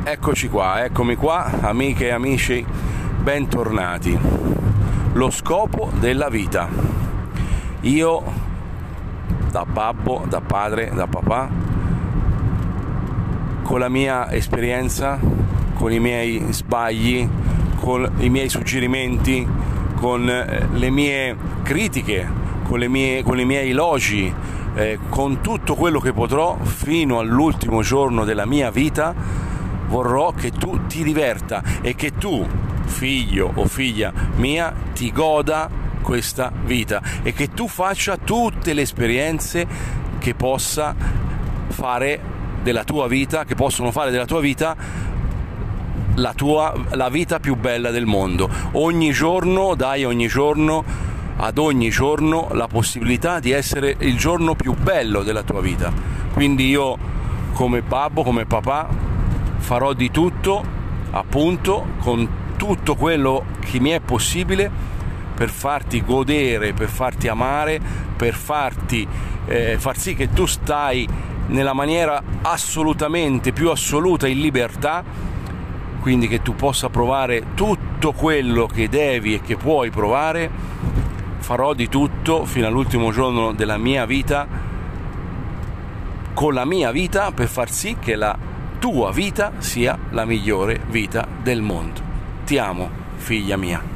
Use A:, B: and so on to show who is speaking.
A: Eccoci qua, eccomi qua, amiche e amici, bentornati. Lo scopo della vita. Io, da babbo, da padre, da papà, con la mia esperienza, con i miei sbagli, con i miei suggerimenti, con le mie critiche, con i miei elogi, con tutto quello che potrò fino all'ultimo giorno della mia vita, vorrò che tu ti diverta e che tu, figlio o figlia mia, ti goda questa vita e che tu faccia tutte le esperienze che possa fare della tua vita, che possono fare della tua vita la vita più bella del mondo. Ogni giorno dai ad ogni giorno la possibilità di essere il giorno più bello della tua vita. Quindi io, come babbo, come papà, farò di tutto, appunto, con tutto quello che mi è possibile per farti godere, per farti amare, per far sì che tu stai nella maniera assolutamente più assoluta in libertà, quindi che tu possa provare tutto quello che devi e che puoi provare. Farò di tutto fino all'ultimo giorno della mia vita, con la mia vita, per far sì che la tua vita sia la migliore vita del mondo. Ti amo, figlia mia.